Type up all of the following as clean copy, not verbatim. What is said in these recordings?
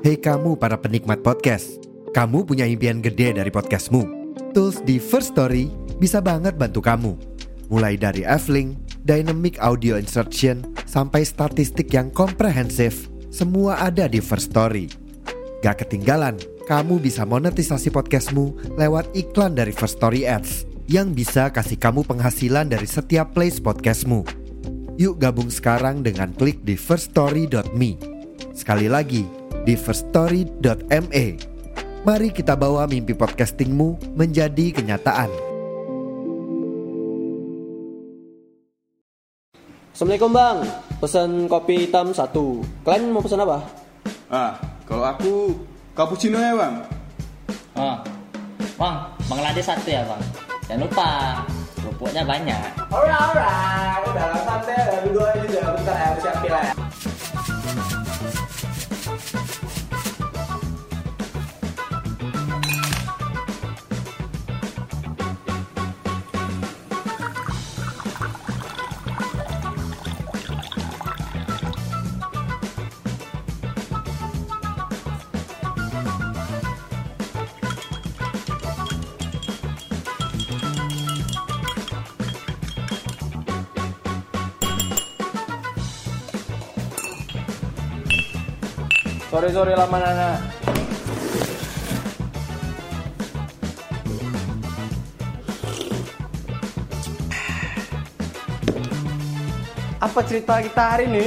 Hei kamu para penikmat podcast, kamu punya impian gede dari podcastmu. Tools di First Story bisa banget bantu kamu. Mulai dari F-Link, Dynamic Audio Insertion, sampai statistik yang komprehensif, semua ada di First Story. Gak ketinggalan, kamu bisa monetisasi podcastmu lewat iklan dari First Story Ads yang bisa kasih kamu penghasilan dari setiap plays podcastmu. Yuk gabung sekarang dengan klik di firststory.me. Sekali lagi, di firststory.me. Mari kita bawa mimpi podcastingmu menjadi kenyataan. Assalamualaikum bang, pesan kopi hitam 1. Kalian mau pesan apa? Kalau aku cappuccino ya bang. Bang, Bangladesh 1 ya bang. Jangan lupa, kerupuknya banyak. Alright, udah santai, udah dua juga, bentar ya, siap pilih ya. Sorry lama nana. Apa cerita kita hari ini?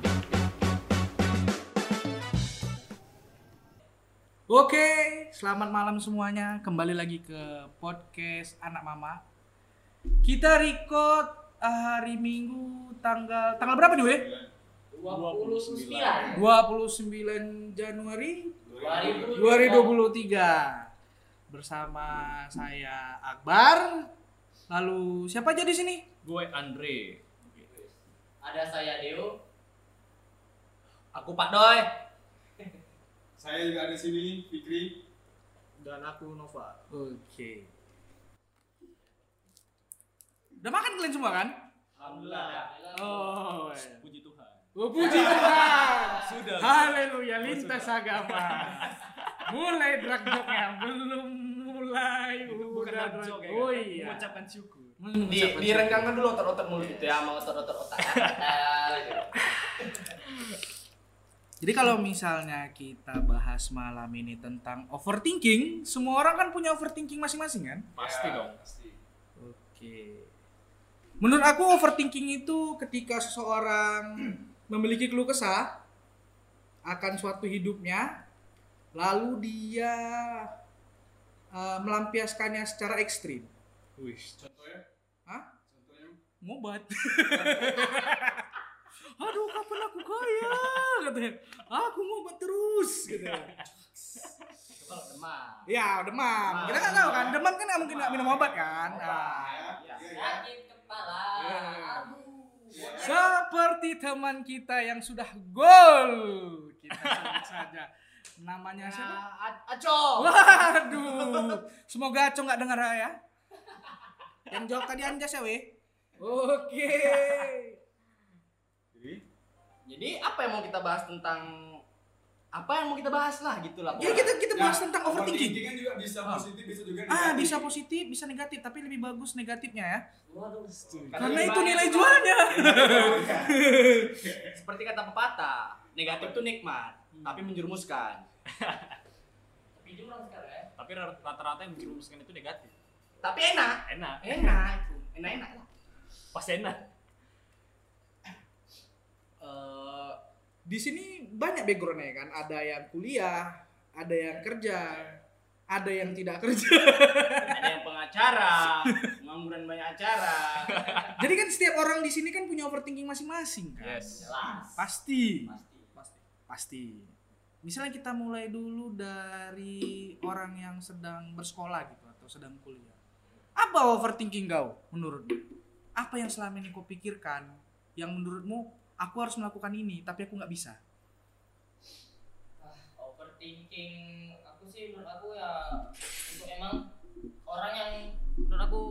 Oke, selamat malam semuanya. Kembali lagi ke podcast Anak Mama. Kita record hari Minggu tanggal berapa nih, Weh? 29 Januari 2023. 2023. Bersama saya Akbar. Lalu siapa aja di sini? Gue Andre. Ada saya Deo. Aku Pak Doy. Saya juga ada di sini, Fikri. Dan aku Nova. Oke. Udah makan kalian semua kan? Alhamdulillah. Oh, Puji Tuhan. oh puji Tuhan. Sudah. Haleluya, lintas agama. Mulai drag joke-nya, belum mulai. Bukan Udah drag joke, Oh iya. Mengucapkan syukur. Direnggangkan dulu otot-otot mulut itu ya, mau otot-otot otak. Jadi kalau misalnya kita bahas malam ini tentang overthinking, semua orang kan punya overthinking masing-masing kan? Pasti dong. Oke. Menurut aku overthinking itu ketika seseorang memiliki keluh kesah akan suatu hidupnya, lalu dia melampiaskannya secara ekstrim. Wih. Contohnya? Hah? Contohnya? Ngobat. Aduh, kapan aku kaya? Katanya. Aku ngobat terus gitu. Kalau demam. Ya, demam. Kita kan tahu kan, demam kan nggak mungkin nggak minum obat kan. Sakit kepala. Aduh. Seperti teman kita yang sudah gol. Kita sebut saja. Namanya siapa? Aco. Waduh. Semoga Aco nggak dengar ya. Yang jawab tadi Anjas ya, weh. Oke. Jadi apa yang mau kita bahas tentang lah gitulah. Jadi kita bahas tentang overthinking. Overthinking kan juga bisa positif, bisa juga negatif. Bisa positif, bisa negatif, tapi lebih bagus negatifnya ya. Waduh. Karena itu nilai jualnya. Seperti kata pepatah, negatif itu nikmat, tapi menjerumuskan. Tapi jurang sekarang ya. Tapi rata-rata yang menjerumuskan itu negatif. Tapi enak itu. Enak lah. Pas enak. Di sini banyak backgroundnya kan, ada yang kuliah, ada yang kerja, ada yang tidak kerja. Ada yang pengacara, pengangguran banyak acara. Jadi kan setiap orang di sini kan punya overthinking masing-masing kan. Yes. Jelas. Pasti. Misalnya kita mulai dulu dari orang yang sedang bersekolah gitu atau sedang kuliah. Apa overthinking kau menurutmu? Apa yang selama ini kau pikirkan yang menurutmu aku harus melakukan ini tapi aku nggak bisa? Overthinking menurut aku ya untuk emang orang yang menurut aku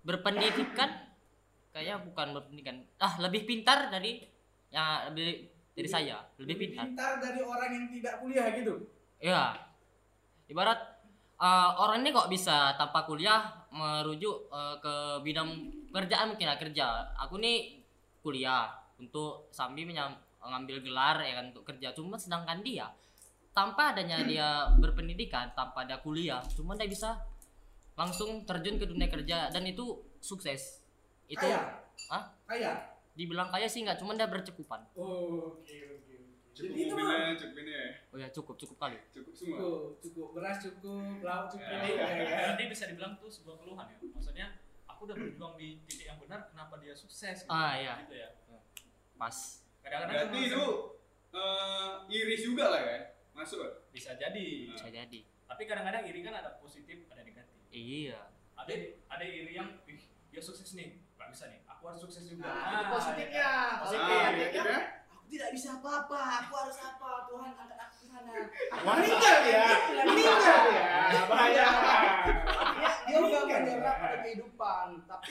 berpendidikan, kayak bukan berpendidikan, lebih pintar dari ya lebih dari saya, lebih pintar. Pintar dari orang yang tidak kuliah gitu. Ya, ibarat orang ini kok bisa tanpa kuliah merujuk ke bidang kerjaan mungkin lah kerja. Aku nih kuliah untuk sambil mengambil gelar ya kan untuk kerja. Cuma sedangkan dia tanpa adanya dia berpendidikan, tanpa ada kuliah, cuma dia bisa langsung terjun ke dunia kerja dan itu sukses. Itu Kaya? ah Kaya? dibilang kaya sih nggak, cuma dia bercukupan. Oke. Cukup Jadi itu mobilnya, cukup ini ya. Oh ya cukup kali. Cukup semua. cukup beras cukup, lauk cukup. Jadi bisa dibilang tuh sebuah keluhan ya. Maksudnya aku udah berjuang di titik yang benar, kenapa dia sukses? Gitu. Iya. Gitu ya. Pas. Kadang-kadang Berarti itu iri juga lah ya. Masuk. bisa jadi. Bisa jadi. Tapi kadang-kadang iri kan ada positif, ada negatif. Iya. Ada iri yang dia sukses nih, nggak bisa nih. Aku harus sukses juga. Nah, itu positifnya. Positif. Negatifnya? Aku tidak bisa apa-apa. Aku harus apa? Tuhan angkat aku ke sana. Meninggal ya. Meninggal ya. Bahaya. Artinya dia udah menyerah pada kehidupan, tapi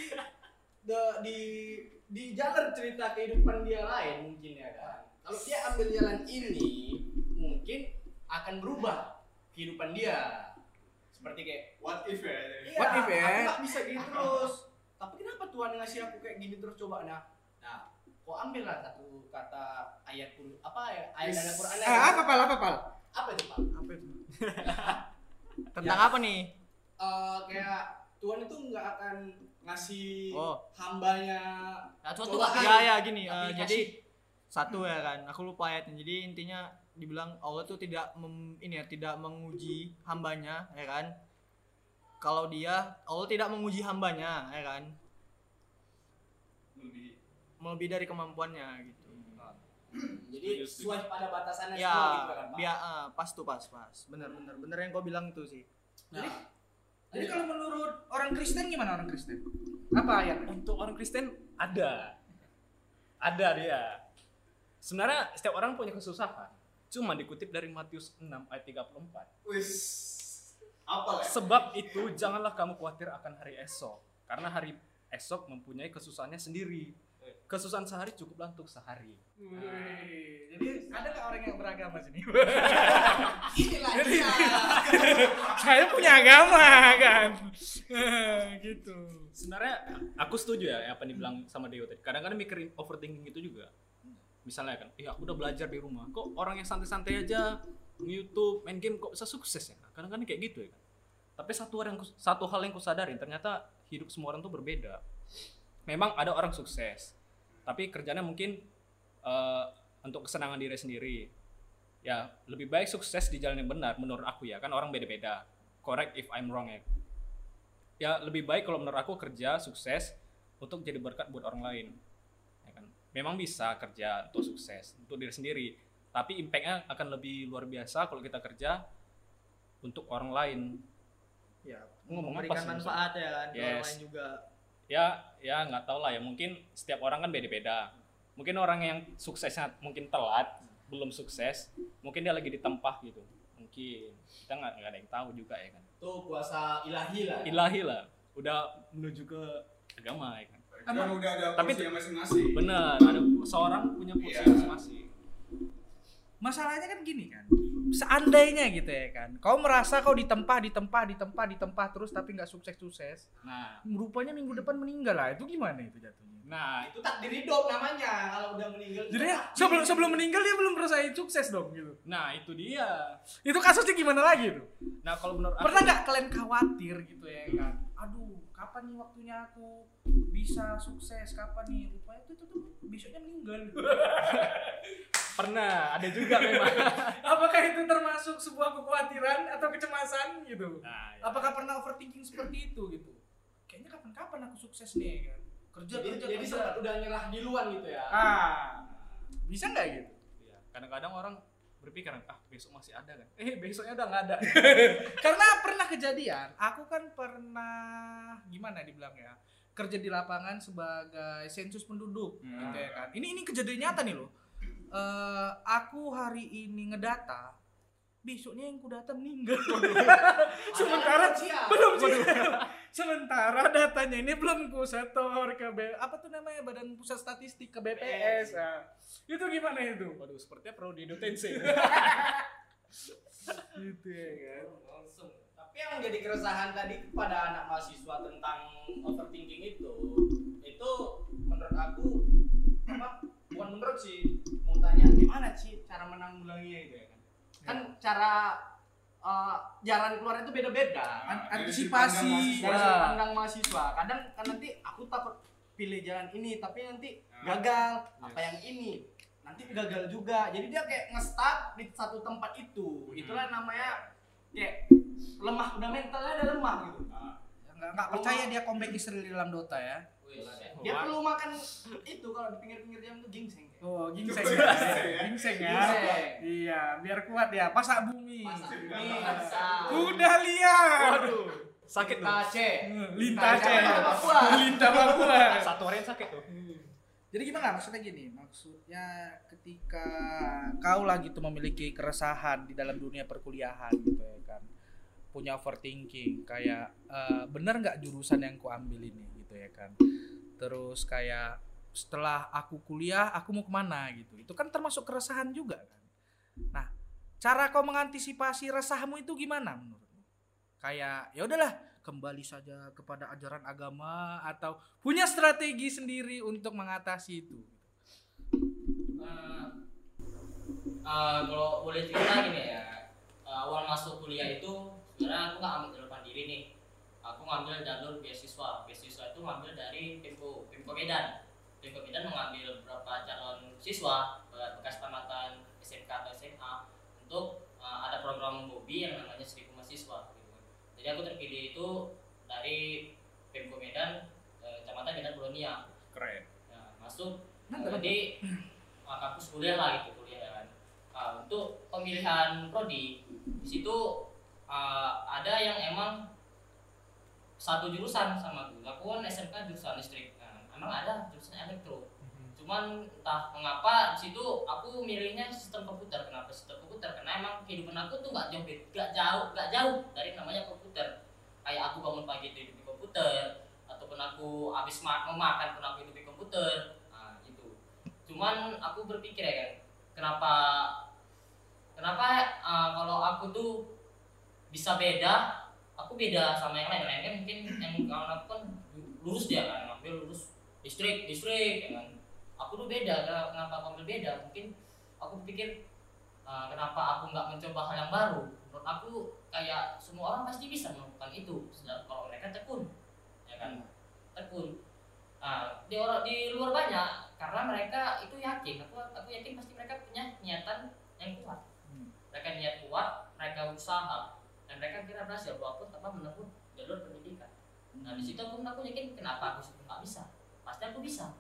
di jalan cerita kehidupan dia lain mungkin ya kan. Kalau dia ambil jalan ini, mungkin akan berubah kehidupan dia. Seperti kayak What if ya? iya, What if ya? aku gak bisa gini terus. Tapi kenapa Tuhan ngasih aku kayak gini terus coba nah. Nah, kau ambil lah satu kata ayat apa ya? Ayat dari Al-Qur'an. Apa pal? Apa itu, Pak? Apa itu? Tentang Ya. apa nih? Kayak Tuhan itu nggak akan ngasih Oh. hambanya Nah, suatu cobaan. ya gini, Tapi jadi dikasih. satu ya kan, aku lupa ayatnya. Jadi intinya dibilang Allah tuh tidak tidak menguji hambanya ya kan. Kalau Allah tidak menguji hambanya ya kan, melebihi dari kemampuannya gitu. Jadi sesuai pada batasannya Ya, semua gitu kan, Pak. pas tuh pas. Bener yang kau bilang tuh sih. Jadi kalau menurut orang Kristen gimana orang Kristen? Apa ayat? Untuk orang Kristen ada dia. Sebenarnya setiap orang punya kesusahan. Cuma dikutip dari Matius 6 ayat 34. Wis. Apa lah? Sebab itu janganlah kamu khawatir akan hari esok, karena hari esok mempunyai kesusahannya sendiri. Kesusahan sehari cukuplah untuk sehari. Jadi ada nggak orang yang beragama sini? Inilah dia. Saya punya agama kan. Gitu. Sebenarnya aku setuju ya apa yang dibilang sama Deo tadi. Kadang-kadang mikirin overthinking itu juga. Misalnya kan, aku udah belajar di rumah. Kok orang yang santai-santai aja YouTube, main game kok bisa sukses ya? Kadang-kadang kayak gitu ya kan. Tapi satu hal yang kusadarin, ternyata hidup semua orang tuh berbeda. Memang ada orang sukses, tapi kerjanya mungkin untuk kesenangan diri sendiri. Ya, lebih baik sukses di jalan yang benar menurut aku ya. Kan orang beda-beda. Correct if I'm wrong ya. Ya, lebih baik kalau menurut aku kerja sukses untuk jadi berkat buat orang lain. Ya kan? Memang bisa kerja untuk sukses untuk diri sendiri, tapi impact-nya akan lebih luar biasa kalau kita kerja untuk orang lain. Ya, Ngomong apa memberikan sih manfaat ya kan ke orang Yes. lain juga. Ya nggak tahu lah ya, mungkin setiap orang kan beda-beda. Mungkin orang yang suksesnya mungkin telat, belum sukses, mungkin dia lagi ditempah gitu. Mungkin kita nggak ada yang tahu juga ya kan. Tuh kuasa ilahi lah. Ilahi lah, udah menuju ke agama ya kan. Kan udah ada Tapi porsi yang masing-masing. Bener, ada seorang punya porsi Iya. masing-masing. Masalahnya kan gini kan. Seandainya gitu ya kan. Kau merasa kau ditempah terus tapi nggak sukses. Nah, Rupanya minggu depan meninggal lah. Itu gimana itu jatuhnya? nah Itu takdir hidup namanya kalau udah meninggal. Jadi sebelum meninggal dia belum merasain sukses dong gitu. itu dia. Itu kasusnya gimana lagi tuh? Nah, kalau menurut Pernah aku, nggak kalian khawatir gitu ya kan? Aduh, kapan nih waktunya aku bisa sukses? Kapan nih? Rupanya itu tuh besoknya meninggal. pernah ada juga memang. Apakah itu termasuk sebuah kekhawatiran atau kecemasan gitu? Nah, ya. Apakah pernah overthinking seperti itu gitu? Kayaknya kapan-kapan aku sukses nih kan? Jadi sempat udah nyerah di luar gitu ya. Bisa nggak gitu? Iya, kadang-kadang orang berpikiran besok masih ada kan, besoknya udah nggak ada. Karena pernah kejadian, aku kan pernah gimana dibilang ya, kerja di lapangan sebagai sensus penduduk gitu ya kan. Ini kejadian nyata nih loh. Aku hari ini ngedata besoknya yang kudata meninggal. Sementara belum sementara datanya ini belum kusetor ke Badan Pusat Statistik ke BPS. Nah, itu gimana itu? Waduh, sepertinya perlu didetensi. Gitu ya kan. Langsung. Tapi yang jadi keresahan tadi kepada anak mahasiswa tentang overthinking itu menurut aku bukan menurut sih, mau tanya gimana sih cara menanggulanginya itu ya kan? Kan cara jalan keluar itu beda-beda. Antisipasi Dari sudut pandang mahasiswa. Kadang kan nanti aku takut pilih jalan ini tapi nanti gagal. Apa yang ini? Nanti gagal juga. Jadi dia kayak nge-stuck di satu tempat itu. Itulah namanya kayak lemah, udah mentalnya udah lemah gitu. Nggak percaya dia comeback history dalam Dota ya. Dia perlu makan itu kalau di pinggir-pinggir jam tuh ginseng. Oh, ginseng ya. Iya, biar kuat ya. Pasak bumi. Udah lihat. Waduh, sakit tuh. Lintah Papua. Satu hari yang sakit tuh. Jadi gimana maksudnya gini? Maksudnya ketika kau lagi tuh memiliki keresahan di dalam dunia perkuliahan gitu ya kan. Punya overthinking kayak benar nggak jurusan yang ku ambil ini gitu ya kan. Terus kayak setelah aku kuliah aku mau kemana gitu. Itu kan termasuk keresahan juga kan. Nah, cara kau mengantisipasi resahmu itu gimana menurutmu? Kayak ya udahlah, kembali saja kepada ajaran agama atau punya strategi sendiri untuk mengatasi itu? Kalau boleh cerita gini ya, awal masuk kuliah itu sebenarnya aku nggak ambil jalur mandiri nih. Aku ngambil jalur beasiswa. Beasiswa itu ngambil dari Pemko Medan. Pemko Medan mengambil beberapa calon siswa bekas tamatan SMK atau SMA untuk ada program BOBI yang namanya 1000 mahasiswa. Jadi aku terpilih itu dari Pemko Medan, Kecamatan Medan Bolonia. Keren. Nah, masuk di kampus kuliah lah gitu kuliah kan. Untuk pemilihan prodi di situ ada yang emang satu jurusan sama aku. Aku kan SMK jurusan listrik. Nah, emang ada jurusan elektro. Cuman entah mengapa di situ aku milihnya sistem komputer. Kenapa sistem komputer? Karena emang kehidupan aku tuh nggak jauh dari namanya komputer. Kayak aku bangun pagi itu hidup di komputer, ataupun aku habis makan pun aku hidup di komputer. Nah, itu. Cuman aku berpikir ya kan, kenapa kalau aku tuh bisa beda, aku beda sama yang lain kan mungkin yang kawan aku kan lurus dia kan, ngambil lurus listrik ya kan. Aku tuh beda, kenapa aku ambil beda? Mungkin aku pikir kenapa aku nggak mencoba hal yang baru? Menurut aku kayak semua orang pasti bisa melakukan itu, sedang kalau mereka tekun, ya kan? Tekun. Di luar banyak, karena mereka itu yakin. Aku yakin pasti mereka punya niatan yang kuat. Mereka niat kuat, mereka usaha, dan mereka kira berhasil walaupun tanpa menempuh jalur pendidikan. Nah di situ aku yakin kenapa aku nggak bisa? Pasti aku bisa.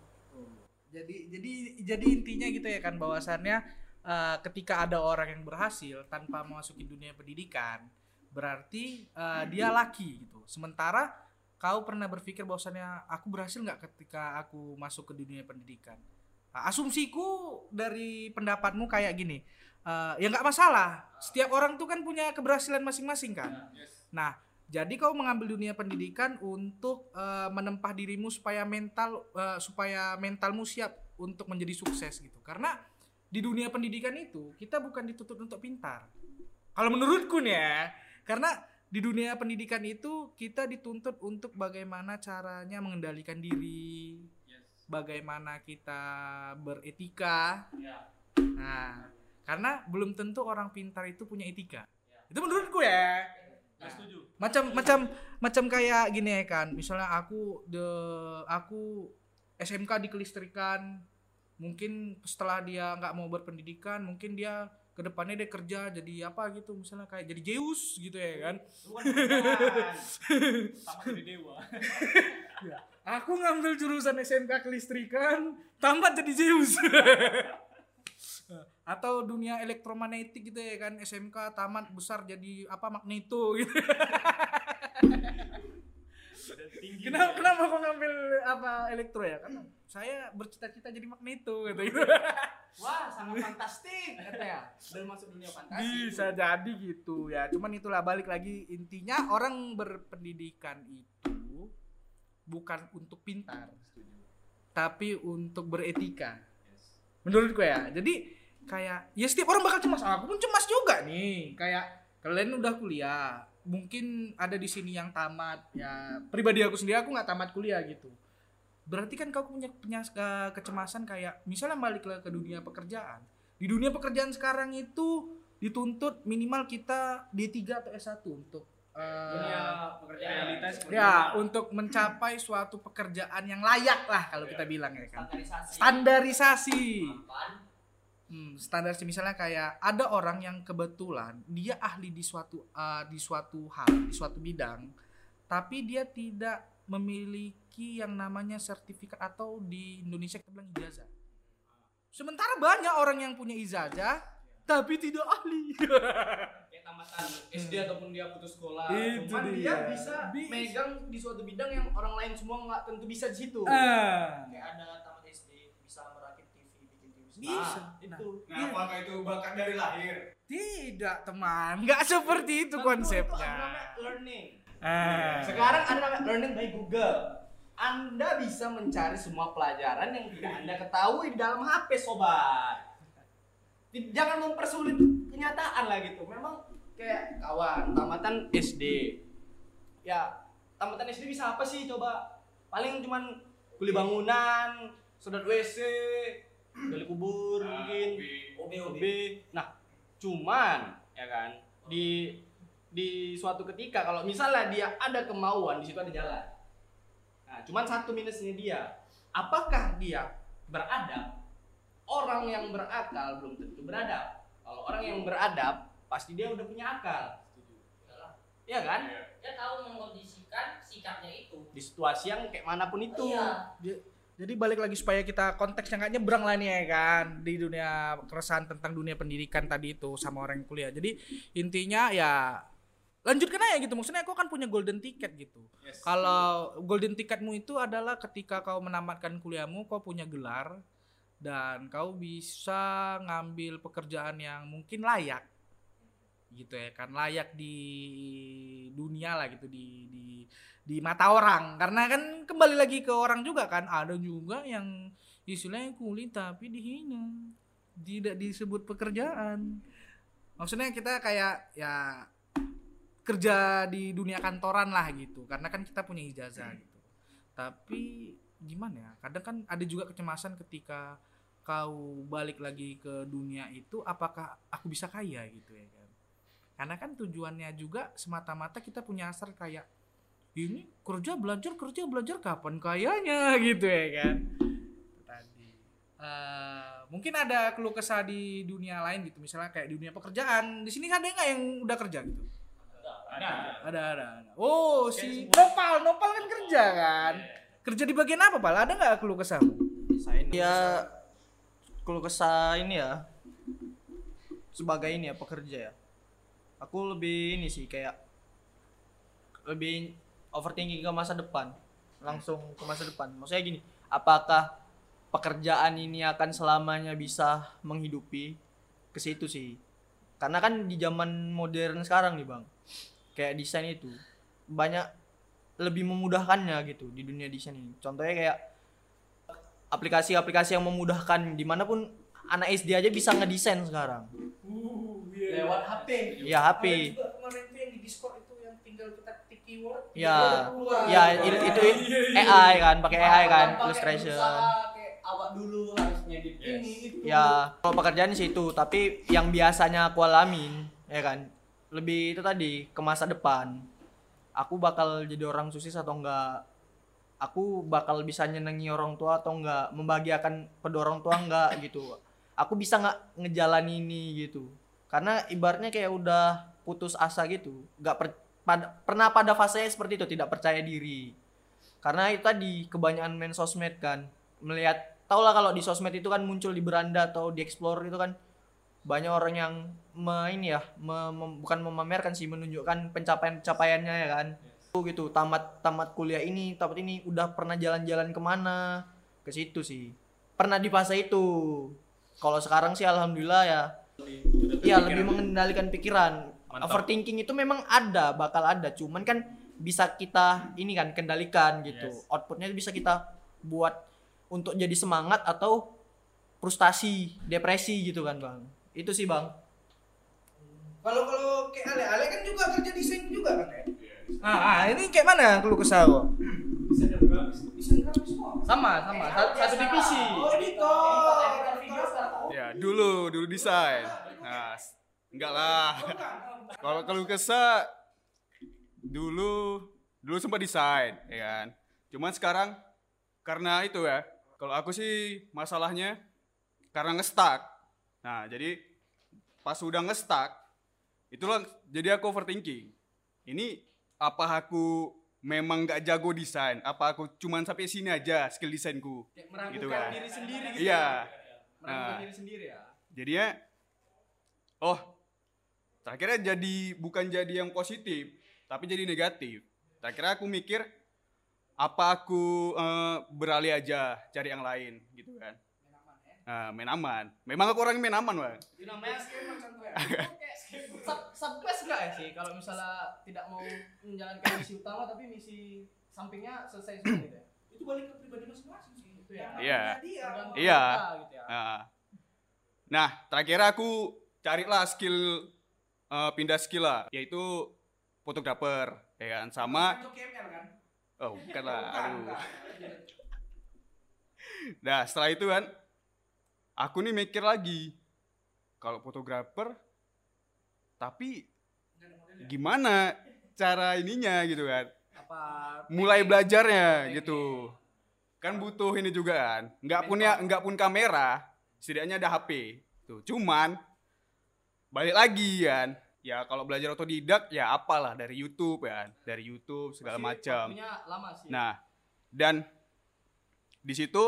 Jadi intinya gitu ya kan, bahwasannya ketika ada orang yang berhasil tanpa memasuki dunia pendidikan berarti dia laki gitu. Sementara kau pernah berpikir bahwasannya aku berhasil nggak ketika aku masuk ke dunia pendidikan? Asumsiku dari pendapatmu kayak gini, ya nggak masalah. Setiap orang tuh kan punya keberhasilan masing-masing kan. Nah, jadi kau mengambil dunia pendidikan untuk menempah dirimu supaya mentalmu siap untuk menjadi sukses gitu. Karena di dunia pendidikan itu kita bukan dituntut untuk pintar. Kalau menurutku nih ya, karena di dunia pendidikan itu kita dituntut untuk bagaimana caranya mengendalikan diri, bagaimana kita beretika. Nah, karena belum tentu orang pintar itu punya etika. Itu menurutku ya. Setuju. Macam kayak gini ya kan, misalnya aku SMK di kelistrikan, mungkin setelah dia nggak mau berpendidikan, mungkin dia kedepannya dia kerja jadi apa gitu, misalnya kayak jadi Zeus gitu ya kan. Sama jadi dewa. Ya, aku ngambil jurusan SMK kelistrikan, tamat jadi Zeus. Atau dunia elektromagnetik gitu ya kan, SMK tamat besar jadi apa, Magneto gitu. Kenapa kok ngambil apa elektro ya? Karena saya bercita-cita jadi magneto gitu. Wah, sangat fantastik katanya. Dan masuk dunia fantasi. Bisa jadi gitu ya. Cuman itulah balik lagi intinya orang berpendidikan itu bukan untuk pintar, tapi untuk beretika. Menurutku ya. Jadi kayak ya setiap orang bakal cemas. Aku pun cemas juga nih. Kayak kalian udah kuliah, mungkin ada di sini yang tamat ya. Pribadi aku sendiri aku nggak tamat kuliah gitu. Berarti kan kau punya kecemasan kayak misalnya balik ke dunia pekerjaan. Di dunia pekerjaan sekarang itu dituntut minimal kita D3 atau S1 untuk Dunia pekerjaan ya untuk mencapai suatu pekerjaan yang layak lah kalau kita bilang ya kan. Standarisasi. Standarisasi. Apaan? Standarisasi misalnya kayak ada orang yang kebetulan dia ahli di suatu hal, di suatu bidang, tapi dia tidak memiliki yang namanya sertifikat atau di Indonesia kita bilang ijazah. Sementara banyak orang yang punya ijazah tapi tidak ahli. Kayak tamatan SD ataupun dia putus sekolah. Itu Cuman dia. dia bisa megang di suatu bidang yang orang lain semua nggak tentu bisa di situ. Kayak ada tamat SD bisa merakit TV, bikin TV sendiri. Bisa. Itu. Nah, apakah itu bakat dari lahir? Tidak teman, nggak seperti itu Itu konsepnya. namanya learning. Ah. Sekarang ada namanya learning by Google. Anda bisa mencari semua pelajaran yang tidak Anda ketahui di dalam HP, sobat. Jangan mempersulit kenyataan lah gitu. Memang kayak kawan tamatan SD. Ya, tamatan SD bisa apa sih coba? Paling cuman kuli bangunan, sedot WC, gali kubur mungkin, OB. Nah, cuman ya kan di suatu ketika kalau misalnya dia ada kemauan, di situ ada jalan. Nah, cuman satu minusnya dia. Apakah dia beradab? Orang yang berakal belum tentu beradab. Kalau orang yang beradab, pasti dia udah punya akal. Iya kan? Dia tahu mengkondisikan sikapnya itu. Di situasi yang kayak manapun itu. Iya. Jadi balik lagi supaya kita konteksnya nggak nyebrang lah nih ya kan di dunia keresahan tentang dunia pendidikan tadi itu sama orang yang kuliah. Jadi intinya ya lanjutkan aja gitu. Maksudnya kau kan punya golden ticket gitu. Yes. Kalau golden ticketmu itu adalah ketika kau menamatkan kuliahmu, kau punya gelar dan kau bisa ngambil pekerjaan yang mungkin layak gitu ya kan, layak di dunia lah gitu, di mata orang. Karena kan kembali lagi ke orang juga kan, ada juga yang istilahnya kulit tapi dihina, tidak disebut pekerjaan. Maksudnya kita kayak ya kerja di dunia kantoran lah gitu, karena kan kita punya ijazah gitu. Tapi gimana ya, kadang kan ada juga kecemasan ketika kau balik lagi ke dunia itu, apakah aku bisa kaya gitu ya kan. Karena kan tujuannya juga semata-mata kita punya asal kayak ini kerja belajar kapan kayanya gitu ya kan. Tadi mungkin ada keluh kesah di dunia lain gitu, misalnya kayak di dunia pekerjaan. Di sini ada nggak yang udah kerja gitu? Ada. Oh, si Nopal kan kerja kan. Kerja di bagian apa, Pal? Ada nggak keluh kesahmu? Saya ya keluh kesah ini ya sebagai ini ya pekerja ya. Aku lebih ini sih kayak lebih overthinking ke masa depan, langsung ke masa depan. Maksudnya gini, apakah pekerjaan ini akan selamanya bisa menghidupi ke situ sih? Karena kan di zaman modern sekarang nih Bang, kayak desain itu banyak lebih memudahkannya gitu di dunia desain ini. Contohnya kayak aplikasi-aplikasi yang memudahkan dimanapun anak SD aja bisa ngedesain sekarang. Lewat HP. Ya HP. Ada juga kemarin itu yang di Discord itu yang tinggal kita ketik keyword. Ya, itu AI kan, pakai AI kan, illustration. Kayak awak dulu harus ngedit ini itu. Ya, kalau pekerjaan sih itu, tapi yang biasanya aku alamin, ya kan, lebih itu tadi ke masa depan. Aku bakal jadi orang sukses atau enggak? Aku bakal bisa nyenengi orang tua atau enggak? Membahagiakan kedua orang tua enggak gitu? Aku bisa nggak ngejalani ini gitu? Karena ibaratnya kayak udah putus asa gitu, pernah pada fase seperti itu, tidak percaya diri. Karena itu tadi kebanyakan main sosmed kan, melihat, tau lah kalau di sosmed itu kan muncul di beranda atau di explore itu kan banyak orang yang bukan memamerkan sih, menunjukkan pencapaiannya ya kan. gitu, tamat kuliah ini, tamat ini udah pernah jalan-jalan kemana, ke situ sih. Pernah di fase itu. Kalau sekarang sih alhamdulillah ya. Iya, lebih mengendalikan pikiran. Mantap. Overthinking itu memang bakal ada, cuman kan bisa kita ini kan kendalikan gitu. Yes. Outputnya bisa kita buat untuk jadi semangat atau frustasi, depresi gitu kan, Bang. Itu sih, Bang. Kalau kayak Ale kan juga kerja desain juga kan ya? Ini kayak mana keluh kesah kok? Desain grafis semua. Sama, satu divisi. Oh, editor. Ya, dulu desain. Nah, enggak lah. Kalau keluh kesah dulu sempat desain, ya kan. Cuman sekarang karena itu ya, kalau aku sih masalahnya karena nge-stuck. Nah, jadi pas udah nge-stuck, itulah jadi aku overthinking. Ini apa aku memang nggak jago desain? Apa aku cuman sampai sini aja skill desainku? Gitu kan. diri sendiri Iya. Meragukan Nah. diri sendiri ya. Jadinya terakhirnya bukan jadi yang positif, tapi jadi negatif. Terakhirnya aku mikir apa aku beralih aja cari yang lain gitu kan. Nah, main aman. Memang aku orang main aman, Bang. Itu namanya subquest enggak ya sih kalau misalnya tidak mau menjalankan misi utama tapi misi sampingnya selesai semua gitu ya. Itu balik ke pribadi masing-masing sih. Itu ya. Iya. Tergantung Iya. kita gitu ya. Nah, terakhir aku carilah skill pindah skill lah, yaitu fotografer, ya kan, sama kan? oh bukan lah, aduh. Nah, setelah itu kan, aku nih mikir lagi, kalau fotografer, tapi gimana cara ininya gitu kan? Apa Mulai belajarnya gitu, kan butuh ini juga kan, nggak pun kamera, setidaknya ada HP, tuh. Cuman balik lagi kan, ya kalau belajar otodidak ya apalah dari YouTube ya, dari YouTube segala pasti macam. waktunya lama sih. Nah, dan di situ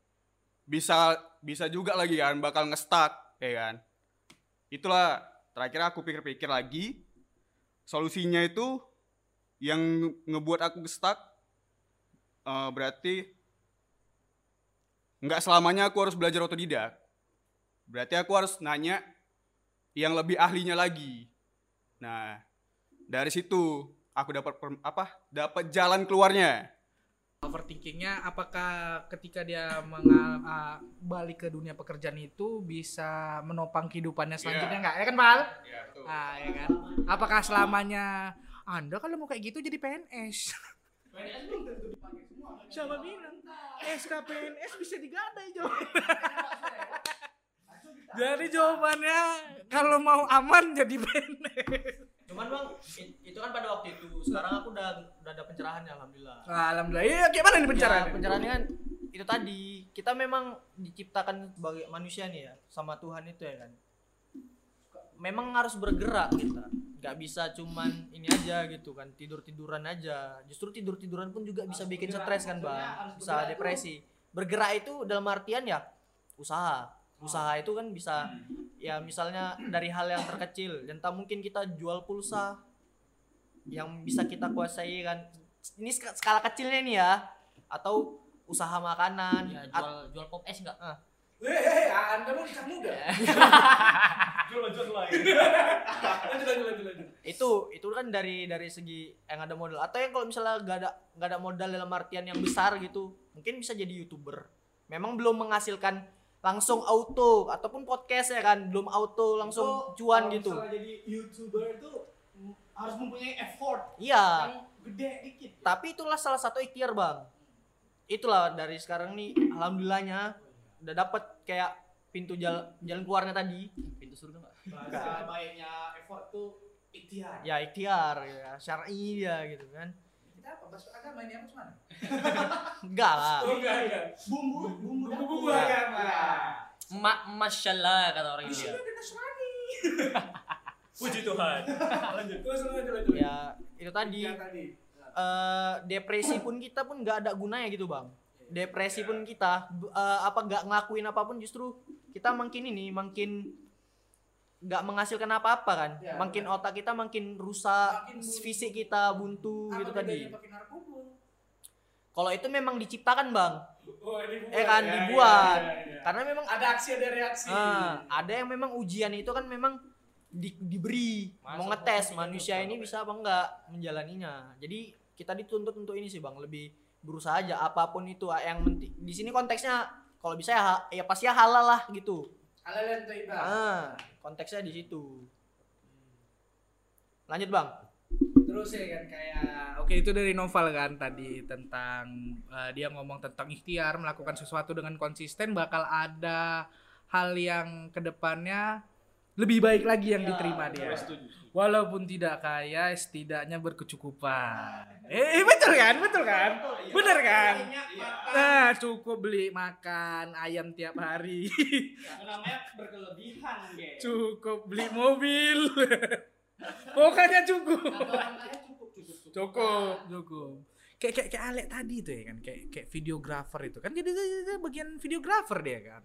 bisa juga lagi kan bakal nge-stuck, ya kan. Itulah terakhir aku pikir-pikir lagi, solusinya itu yang ngebuat aku stuck berarti nggak selamanya aku harus belajar otodidak. Berarti aku harus nanya yang lebih ahlinya lagi. Nah, dari situ aku dapat jalan keluarnya. Overthinkingnya apakah ketika dia balik ke dunia pekerjaan itu bisa menopang kehidupannya selanjutnya nggak? Ya kan, Pal? Iya, betul. Ah, ya kan. Apakah selamanya Anda kalau mau kayak gitu jadi PNS? PNS belum tentu dipakai semua. Siapa bilang? SK PNS bisa digadai jawaban. Jadi jawabannya kalau mau aman jadi PNS. Cuman Bang, itu kan pada waktu itu. Sekarang aku udah ada pencerahan ya, alhamdulillah. Alhamdulillah. Iya, gimana nih pencerahan? Ya, pencerahannya kan itu tadi, kita memang diciptakan sebagai manusia nih ya, sama Tuhan itu ya kan. Memang harus bergerak kita. Gak bisa cuman ini aja gitu kan, tidur-tiduran aja. Justru tidur-tiduran pun juga bisa bikin stres kan, Bang. Bisa depresi. Bergerak itu dalam artian ya usaha. Usaha itu kan bisa ya misalnya dari hal yang terkecil, dan tak mungkin kita jual pulsa yang bisa kita kuasai kan. Ini skala kecilnya nih ya, atau usaha makanan. Ya, jual pop es enggak? Anda mau nikah muda? Jual lain. Lanjut. Itu kan dari segi yang ada modal, atau yang kalau misalnya gak ada modal dalam artian yang besar gitu, mungkin bisa jadi YouTuber. Memang belum menghasilkan langsung auto, ataupun podcast ya kan, belum auto langsung cuan gitu. Kalau jadi YouTuber itu harus mempunyai effort Iya, yang gede dikit. tapi itulah salah satu ikhtiar, Bang. Itulah dari sekarang nih alhamdulillahnya udah dapat kayak pintu jalan keluarnya tadi. Pintu surga enggak? Bahasa baiknya effort tuh ikhtiar. Ya ikhtiar ya, syar'i ya gitu kan. Kita apa? Bahasa agama ini apa gimana? Enggak lah. Enggak. Bumbu Ya. agama. Masyaallah kata orang India. Puji Tuhan. Lanjut. Lanjut. Ya itu tadi. Yang tadi. Depresi pun kita pun nggak ada gunanya gitu, Bang. Depresi pun kita nggak ngelakuin apapun, justru kita makin nggak menghasilkan apa-apa kan. Ya, Makin otak kita makin rusak, fisik kita buntu gitu tadi. Kalau itu memang diciptakan bang, dibuat. Karena memang Ada aksi ada reaksi. ada yang memang ujian itu kan memang diberi mau ngetes manusia ini bisa apa enggak menjalaninya. Jadi kita dituntut untuk ini sih bang, lebih berusaha aja apapun itu. Yang penting di sini konteksnya kalau bisa ya pasti ya halal lah gitu. Halal dan thayyibah. Konteksnya di situ. Lanjut bang. Terus ya kan kayak oke itu dari Noval kan tadi tentang dia ngomong tentang ikhtiar melakukan sesuatu dengan konsisten bakal ada hal yang kedepannya lebih baik lagi yang diterima dia. Walaupun tidak kaya, setidaknya berkecukupan. Betul kan? Bener kan? Nah, cukup beli makan ayam tiap hari. Itu namanya berkelebihan, Ge. Cukup beli mobil. Pokoknya cukup. Cukup. Kayak Alek tadi tuh ya kan, kayak videografer itu kan jadi bagian videografer dia kan.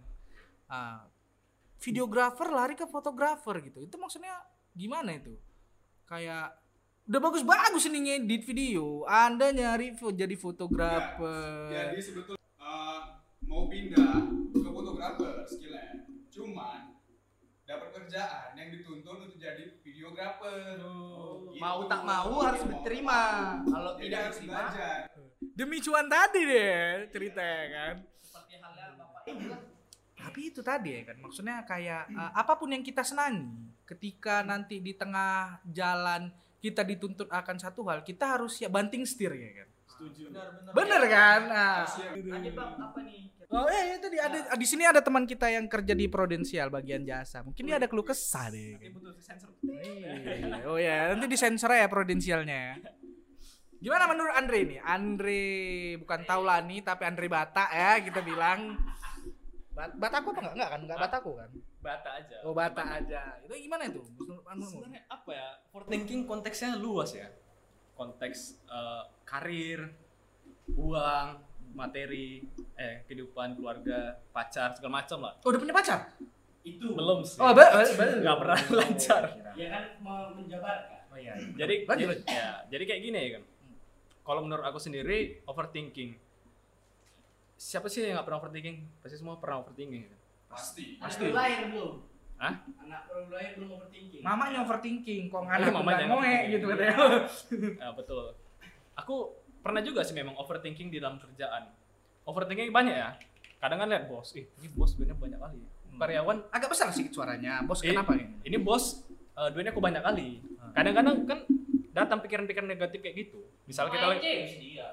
Videografer lari ke fotografer gitu. Itu maksudnya gimana itu? Kayak udah bagus ini ngedit video, Anda nyari jadi fotografer. Jadi sebetulnya mau pindah ke fotografer skillnya, cuman dapat kerjaan yang dituntut untuk jadi videografer. Gitu. Mau tak mau harus diterima. Kalau Jadi tidak harus diterima, belajar. demi cuan tadi deh ceritanya kan. Seperti halnya Bapak ini. Tapi itu tadi ya kan, maksudnya kayak apapun yang kita senangi, ketika nanti di tengah jalan kita dituntut akan satu hal, kita harus ya banting setir ya kan. Setuju. Bener kan? Lanjut Bang, apa nih? Oh itu ada di sini ada teman kita yang kerja di Prudensial bagian jasa. Mungkin dia ada keluh kesah deh. Ini butuh sensor. Oh ya, nanti disensor ya Prudensialnya. Gimana menurut Andre ini? Andre bukan Taulani tapi Andre Bata ya kita bilang. Bataku apa enggak kan? Enggak Bataku kan? Bata aja. Oh Bata aja. Itu gimana itu? Sebenarnya apa ya? Overthinking konteksnya luas ya. Konteks karir, uang, materi, kehidupan, keluarga, pacar, segala macam lah. Oh udah punya pacar? Itu belum sih. Oh nggak pernah lancar. Ya kan mau menjabarkan. Oh iya. Jadi kayak gini ya kan. Kalau menurut aku sendiri overthinking. Siapa sih yang nggak pernah overthinking? Pasti semua pernah overthinking. Kan? Pasti. Anak lahir belum? Hah? Anak baru lahir belum overthinking. Mamanya overthinking, kok anak mamanya ngoe overthinking. gitu katanya. Betul. Aku pernah juga sih memang overthinking di dalam kerjaan. Overthinking banyak ya. Kadang kan lihat bos, ini bos duitnya banyak kali. Karyawan Agak besar sih suaranya. Bos Eh, kenapa nih? ini bos duitnya kok banyak kali. Kadang-kadang kan datang pikiran-pikiran negatif kayak gitu. Misal kita lagi dia.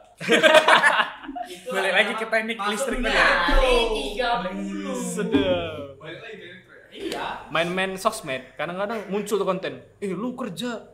Balik lagi ke teknik listrik tadi. Kali 30. sedap. Balik lagi ke intro ya. Iya. Main-main sosmed, kadang-kadang muncul tuh konten. Lu kerja,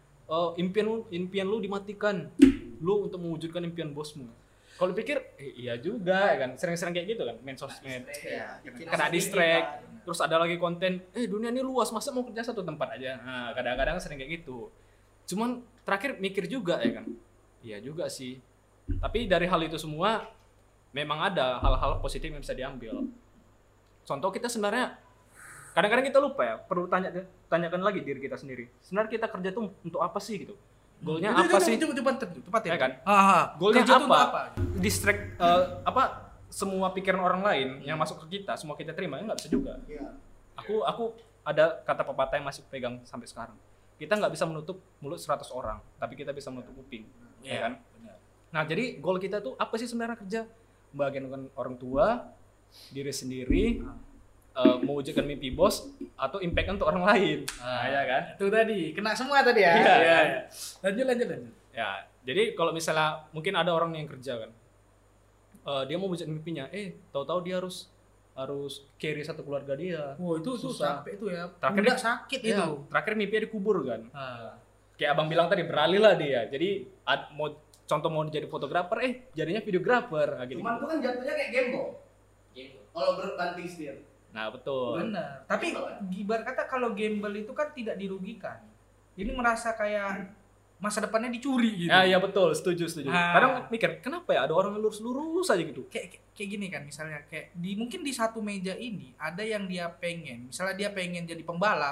impian lu dimatikan. Lu untuk mewujudkan impian bosmu. Kalau pikir, iya juga kan. Sering-sering kayak gitu kan, main sosmed. Kena distract. Terus ada lagi konten, dunia ini luas, masa mau kerja satu tempat aja. Nah, kadang-kadang sering kayak gitu. Cuman terakhir mikir juga ya kan. Iya juga sih. Tapi dari hal itu semua memang ada hal-hal positif yang bisa diambil. Contoh kita sebenarnya kadang-kadang kita lupa ya, perlu tanyakan lagi diri kita sendiri. Sebenarnya kita kerja tuh untuk apa sih gitu? Goalnya apa sih? Tepat Ya kan? Goalnya Goalnya apa? apa? Distract semua pikiran orang lain yang masuk ke kita, semua kita terima, ya nggak bisa juga. Aku ada kata pepatah yang masih pegang sampai sekarang. Kita nggak bisa menutup mulut 100 orang, tapi kita bisa menutup kuping, ya kan? Benar. Nah, jadi goal kita tuh apa sih sebenarnya kerja? Membahagiakan orang tua, diri sendiri, mewujudkan mimpi bos atau impact untuk orang lain. Ya kan? Itu tadi, kena semua tadi ya. Iya. Lanjut. Ya, jadi kalau misalnya mungkin ada orang yang kerja kan, dia mau wujudkan mimpinya, tahu-tahu dia harus carry satu keluarga dia. Oh, itu Susah. sampai itu ya. Terakhir Pundak dia- sakit Ya, itu. terakhir mimpinya dikubur kan. Kayak abang bilang tadi, beralih lah dia. Jadi mau jadi fotografer, jadinya videografer. Nah, gitu. Cuman itu kan jatuhnya kayak gembel. Kalau berbanting setir. Nah, betul. Benar. Tapi ibarat kata kalau gamble itu kan tidak dirugikan. Ini merasa kayak masa depannya dicuri gitu. Ya betul, setuju. Ah. Kadang mikir, kenapa ya ada orang yang lurus-lurus aja gitu. Kayak gini kan misalnya kayak mungkin di satu meja ini ada yang dia pengen, misalnya dia pengen jadi pembalap,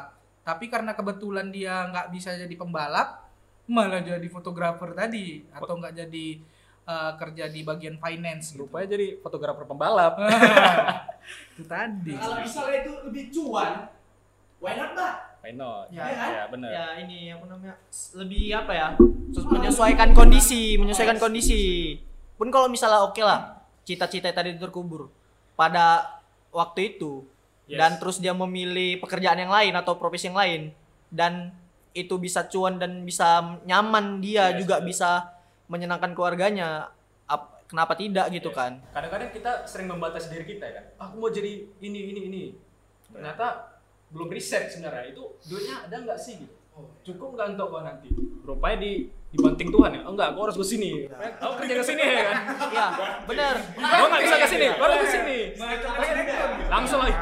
tapi karena kebetulan dia nggak bisa jadi pembalap, malah jadi fotografer tadi, atau nggak jadi kerja di bagian finance gitu. Rupanya jadi fotografer pembalap. Itu tadi. Kalau misalnya itu lebih cuan, why not, Mbak? I know. Ya, Ya, benar. Ya ini apa namanya? Lebih apa ya? Menyesuaikan kondisi. Pun kalau misalnya oke lah, cita-cita tadi terkubur pada waktu itu, dan terus dia memilih pekerjaan yang lain atau profesi yang lain, dan itu bisa cuan dan bisa nyaman, dia juga bisa menyenangkan keluarganya, kenapa tidak gitu kan? Kadang-kadang kita sering membatasi diri kita ya kan. Aku mau jadi ini. Ternyata belum riset sebenarnya itu duitnya ada nggak sih gitu. Cukup nggak untuk gua nanti? Rupanya dibanting Tuhan ya. Oh enggak, gua harus ke sini. Aku kerja ke sini ya kan. Iya, benar. Gua nggak bisa ke sini, gua harus ke sini. Langsung lagi.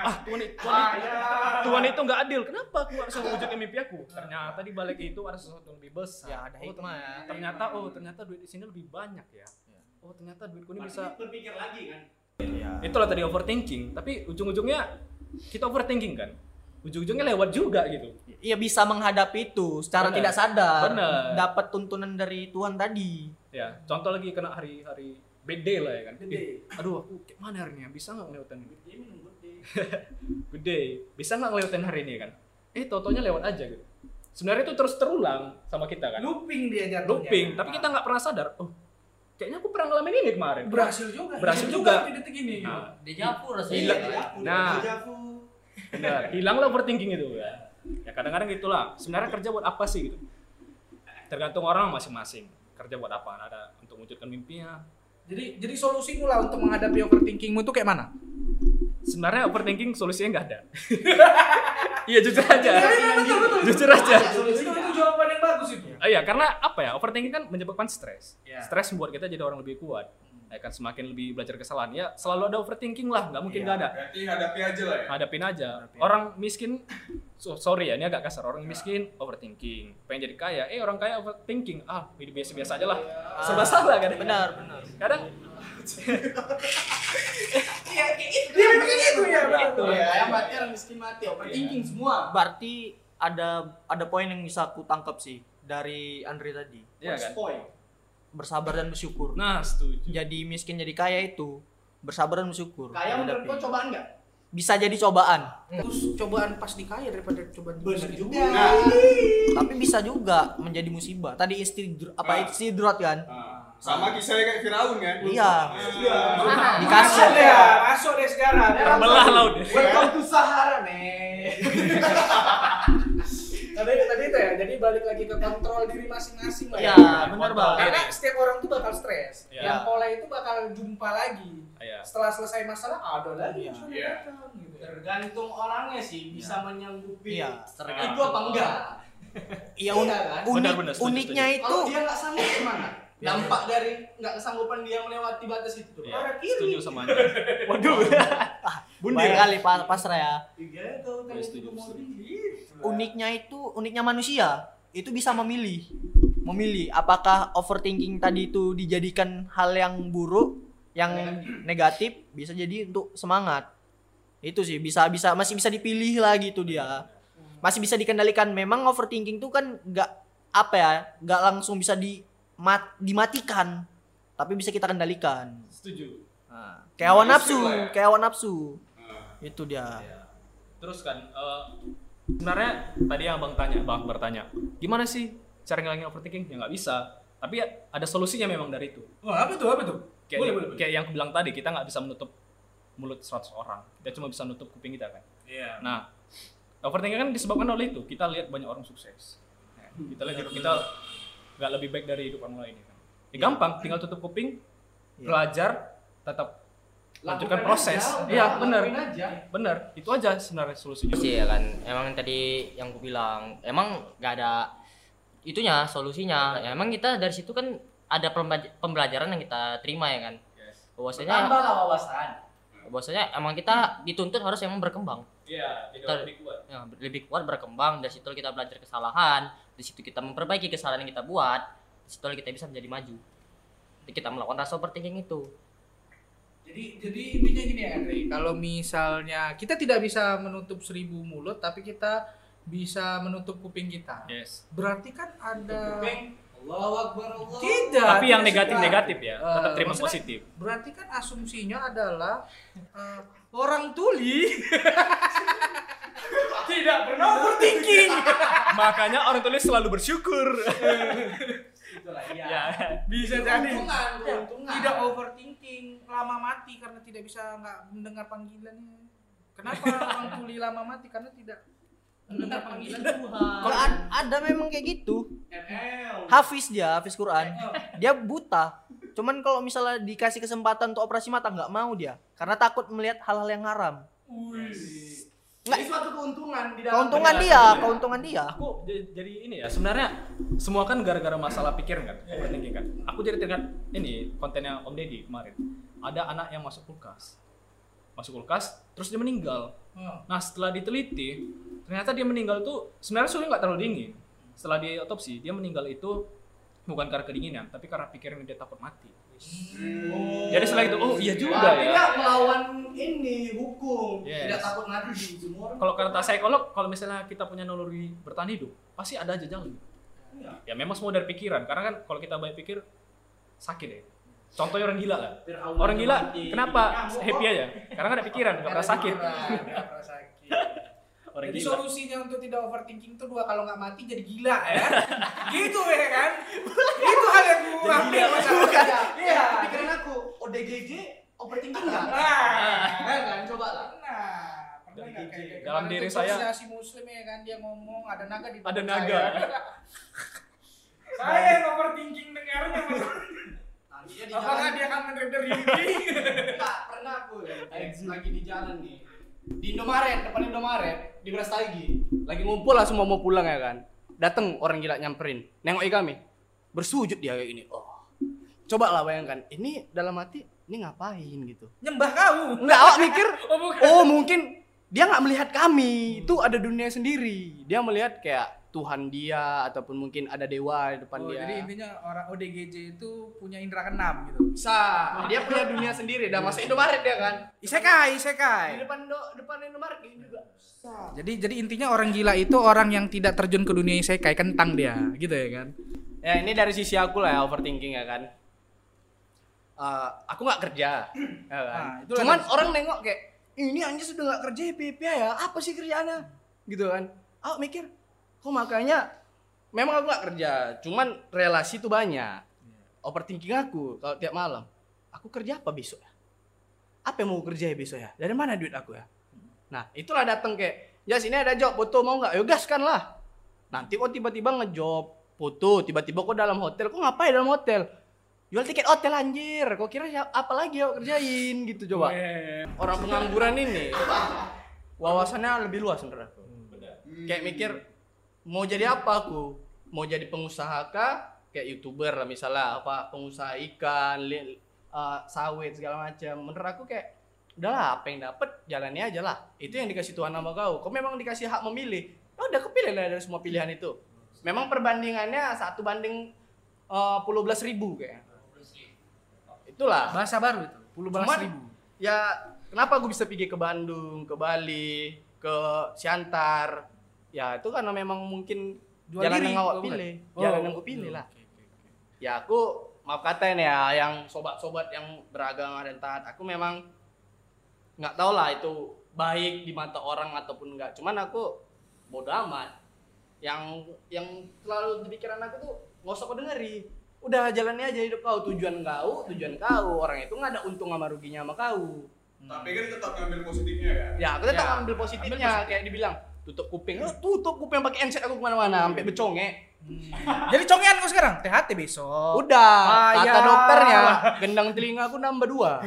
Tuhan itu nggak adil. Kenapa aku nggak bisa mewujudkan mimpi aku? Ternyata di balik itu ada sesuatu yang lebih besar. Ya, ada hikmah ya. Ternyata duit di sini lebih banyak ya. Oh ternyata duitku ini bisa. Berpikir lagi kan. Itulah tadi overthinking. Tapi ujung-ujungnya kita overthinking kan. Ujung-ujungnya lewat juga gitu. Iya, bisa menghadapi itu secara Bener. tidak sadar. Bener. Dapat tuntunan dari Tuhan tadi. Ya, contoh lagi kena hari-hari bad day lah ya kan. Aduh, aku kayak mana hari ini? Bisa nggak ngelewatin good day? Bisa nggak ngelewatin hari ini kan? Totonya lewat aja gitu. Sebenarnya itu terus terulang sama kita kan. Looping dia jatuhnya. Looping, tapi kita nggak pernah sadar. Oh, kayaknya aku pernah ngalamin ini kemarin. Berhasil juga. Berhasil Iya juga. di detik ini. Nah, Dejavu rasanya. Hilang. Nah, benar. Hilanglah overthinking itu ya. Ya kadang-kadang gitulah. Sebenarnya kerja buat apa sih gitu? Tergantung orang masing-masing. Kerja buat apa? Ada untuk mewujudkan mimpinya. Jadi solusimu lah untuk menghadapi overthinkingmu itu kayak mana? Sebenarnya overthinking solusinya nggak ada. Iya jujur aja. Betul. Jujur aja. Itu jawaban yang bagus itu. Iya karena apa ya? Overthinking kan menyebabkan stres. Iya. Stres membuat kita jadi orang lebih kuat. Ya kan semakin lebih belajar kesalahan. Ya selalu ada overthinking lah. Nggak mungkin nggak ada. Berarti hadapi aja lah ya. Hadapin aja. Orang miskin, sorry ya ini agak kasar. Orang miskin overthinking. Pengen jadi kaya, orang kaya overthinking. Hidup biasa-biasa aja lah. Serba salah kan? Benar. Kadang Iya begitu ya. Kayak mati orang miskin mati, overthinking semua. Berarti ada poin yang bisa aku tangkap sih dari Andre tadi. Iya kan? Bersabar dan bersyukur. Nah, setuju. Jadi miskin jadi kaya itu bersabar dan bersyukur. Kaya menurut Menghadapi. kau cobaan nggak? Bisa jadi cobaan. Terus cobaan pas di kaya daripada cobaan di miskin juga. Tapi bisa juga menjadi musibah. Tadi istidrat kan? Sama kisahnya kayak Firaun kan. Iya. Masuk ya, masuk deh sekarang. Terbelah laut. Welcome to Sahara, nih. Tadi itu ya, jadi balik lagi ke kontrol diri masing-masing lah Iya, benar Bang. Karena setiap orang tuh bakal stres. Iya. Yang pola itu bakal jumpa lagi. Iya. Setelah selesai masalah ada lagi yang sudah Iya. datang gitu. Tergantung orangnya sih bisa menyanggupi Iya. itu apa enggak. Iya, kan? Benar, setuju, uniknya itu Kalau dia nggak sanggup gimana? Dampak dari nggak kesanggupan dia melewati batas itu. Iya, Arah setuju kiri. sama Anda. Waduh. baik kali pasrah ya. Iya, kau kan Setuju, itu mau setuju. Uniknya manusia itu bisa memilih apakah overthinking tadi itu dijadikan hal yang buruk, yang negatif, bisa jadi untuk semangat. Itu sih masih bisa dipilih lah gitu dia. Masih bisa dikendalikan. Memang overthinking itu kan nggak langsung bisa dimatikan, tapi bisa kita kendalikan. Setuju. Kayak hawa nafsu. Itu dia. Terus kan sebenarnya tadi yang Bang bertanya, gimana sih cara ngilangin overthinking? Ya nggak bisa. Tapi ada solusinya memang dari itu. Wah, apa tuh? Kayak yang aku bilang tadi, kita nggak bisa menutup mulut 100 orang. Kita cuma bisa nutup kuping kita kan. Iya. Nah, overthinking kan disebabkan oleh itu. Kita lihat banyak orang sukses. Kita lihat kita nggak lebih baik dari hidup orang lain. Kan. Gampang, tinggal tutup kuping, belajar, tetap lanjutkan proses. Iya, benar. Benar. Itu aja sebenarnya solusinya. Sih ya kan, emang tadi yang aku bilang, emang nggak ada itunya solusinya. Ya, emang kita dari situ kan ada pembelajaran yang kita terima ya kan. Bahwasanya bahwasanya emang kita dituntut harus emang berkembang. Iya, lebih kuat. Ya, lebih kuat berkembang. Dari situ kita belajar kesalahan, dari situ kita memperbaiki kesalahan yang kita buat, dari situ kita bisa menjadi maju. Jadi kita melakukan rasa overthinking itu. Jadi intinya gini ya Andre, kalau misalnya kita tidak bisa menutup 1000 mulut, tapi kita bisa menutup kuping kita. Yes. Berarti kan ada Allahu Akbar Allah. tidak. Tapi yang tidak negatif ya, tetap terima maksudnya, positif. Berarti kan asumsinya adalah orang tuli tidak pernah overthinking. Makanya orang tulis selalu bersyukur. Itulah iya. Ya. Bisa jadi Keuntungan. tidak overthinking, lama mati karena tidak bisa nggak mendengar panggilannya. Kenapa orang tuli lama mati? Karena tidak mendengar panggilan Tuhan. Kalau ada memang kayak gitu. ML. Hafiz Quran. Dia buta. Cuman kalau misalnya dikasih kesempatan untuk operasi mata nggak mau dia, karena takut melihat hal-hal yang haram. Ini suatu keuntungan di dalam Keuntungan dia. Aku jadi ini ya, sebenarnya semua kan gara-gara masalah pikiran kan, overthinking kan. Aku jadi teringat ini kontennya Om Deddy kemarin. Ada anak yang masuk kulkas, terus dia meninggal. Nah setelah diteliti, ternyata dia meninggal tuh sebenarnya suhunya nggak terlalu dingin. Setelah di otopsi, dia meninggal itu bukan karena kedinginan, tapi karena pikiran dia takut mati. Jadi setelah itu, oh iya juga ya. Tidak melawan ini hukum, Yes. tidak takut mati semua orang. Kalau kata psikolog, kalau misalnya kita punya naluri bertahan hidup, pasti ada aja jalan. Ya memang semua dari pikiran, karena kan kalau kita banyak pikir sakit ya. Contohnya orang gila lah. Orang gila kenapa happy aja? Karena kan ada pikiran, nggak pernah sakit. Orang Jadi gila. solusinya untuk tidak overthinking itu dua, kalau nggak mati jadi gila ya. Gitu ya kan? Itu hal yang gue ambil masalahnya. Iya. Pikiran aku, ODGJ overthinking enggak? Kan coba lah. Nah, pernah nggak kayak Dalam kemarin diri tuh saya- asosiasi muslim ya kan, dia ngomong ada naga di Ada depan naga. Saya yang overthinking dengarnya. Nantinya di Apakah jalan. dia akan menerder ini? Enggak, pernah aku ya. Lagi di jalan nih. Di Indomaret, depan Indomaret, di Brastagi. Lagi ngumpul lah semua mau pulang ya kan. Dateng orang gila nyamperin, nengokin kami. Bersujud dia kayak gini. Oh. Coba lah bayangkan, ini dalam hati ini ngapain gitu. Nyembah kau. Enggak, awak mikir, Oh, bukan. oh mungkin dia nggak melihat kami. Itu ada dunia sendiri. Dia melihat kayak Tuhan dia ataupun mungkin ada dewa di depan Oh, dia. jadi intinya orang ODGJ itu punya indera keenam gitu. Bisa. Dia punya dunia sendiri. Dan masuk Indomaret dia kan. Isekai. Di depan Indomaret gitu juga. Bisa. Jadi intinya orang gila itu orang yang tidak terjun ke dunia isekai, kentang dia, gitu ya kan? Ya ini dari sisi aku lah ya, overthinking ya kan. Aku nggak kerja, ya kan. Nah, itulah Cuman dari- orang nengok kayak ini anjir sudah nggak kerja happy ya, apa sih kerjaannya, gitu kan. Aku mikir, kok makanya memang aku nggak kerja, cuman relasi tuh banyak. Overthinking aku kalau tiap malam, aku kerja apa besok ya? Apa yang mau kerja ya besok ya? Dari mana duit aku ya? Nah itulah datang kayak, ya sini ada job foto mau nggak? Yo gaskan lah. Nanti kok tiba-tiba ngejob foto, tiba-tiba kok dalam hotel, kok ngapain dalam hotel? Jual tiket hotel anjir, kok kira apa lagi yuk kerjain gitu coba. Orang pengangguran ini wawasannya lebih luas menurut aku. Kayak mikir mau jadi apa aku? Mau jadi pengusaha kah? Kayak YouTuber lah misalnya, apa pengusaha ikan, sawit segala macam. Menurut aku kayak udahlah apa yang dapet jalani aja lah. Itu yang dikasih Tuhan sama kau. Kau memang dikasih hak memilih. Oh, udah kepilih lah dari semua pilihan itu. Memang perbandingannya 1 banding 10.000 kayaknya. Itulah. Bahasa baru itu, 10.000. Ya kenapa gue bisa pergi ke Bandung, ke Bali, ke Siantar? Ya itu karena memang mungkin Jual jalan diri, yang awak bukan? pilih. Oh, Jalan yang gue pilih lah. Ya aku maaf kata ini ya, yang sobat-sobat yang beragama dan taat, aku memang nggak tahu lah itu baik di mata orang ataupun enggak. Cuman aku bodo amat. Yang selalu di pikiran aku tuh nggak usah kau dengeri. Udah jalani aja hidup kau, tujuan kau. Orang itu nggak ada untung sama ruginya sama kau. Tapi kan tetap ngambil positifnya kan. Ya aku tetap Ya, ambil positifnya, kayak dibilang tutup kuping, lu tutup kuping pakai handset aku kemana-mana sampai becongek. Jadi congean kau sekarang, THT besok. Udah, kata ya. dokternya gendang telinga aku nambah 2.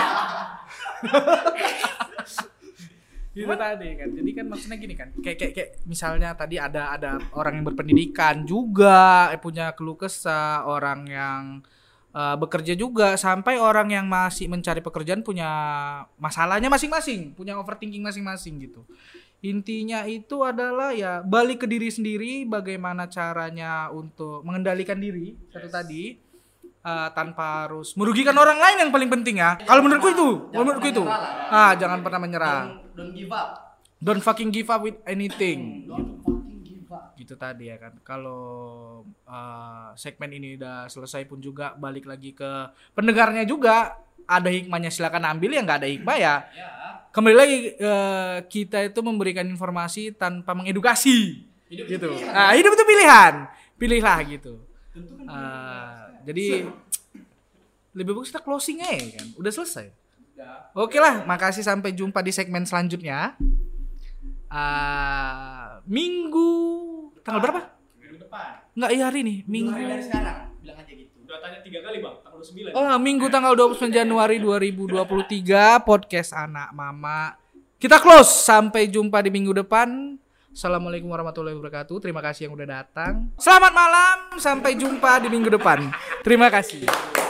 Itu tadi kan. Jadi kan maksudnya gini kan. Kayak misalnya tadi ada orang yang berpendidikan juga punya keluh kesah, orang yang bekerja juga, sampai orang yang masih mencari pekerjaan punya masalahnya masing-masing, punya overthinking masing-masing gitu. Intinya itu adalah ya balik ke diri sendiri, bagaimana caranya untuk mengendalikan diri satu tadi, tanpa harus merugikan orang lain yang paling penting ya. Kalau menurutku itu, jangan pernah menyerah. Don't give up. Don't fucking give up with anything. Don't gitu tadi ya kan. Kalau segmen ini udah selesai pun juga balik lagi ke pendengarnya juga, ada hikmahnya silakan ambil, yang nggak ada hikmah ya kembali lagi kita itu memberikan informasi tanpa mengedukasi gitu. Hidup itu pilihan, pilihlah gitu. Jadi lebih bagus kita closing aja kan, udah selesai. Oke lah, makasih, sampai jumpa di segmen selanjutnya. Minggu tanggal berapa? Minggu depan. Enggak, iya hari nih, minggu. Dari sekarang, bilang aja gitu. Udah tanya 3 kali bang, tanggal 9. Oh, minggu tanggal 29 Januari 2023, podcast Anak Mama. Kita close, sampai jumpa di minggu depan. Assalamualaikum warahmatullahi wabarakatuh. Terima kasih yang udah datang. Selamat malam, sampai jumpa di minggu depan. Terima kasih.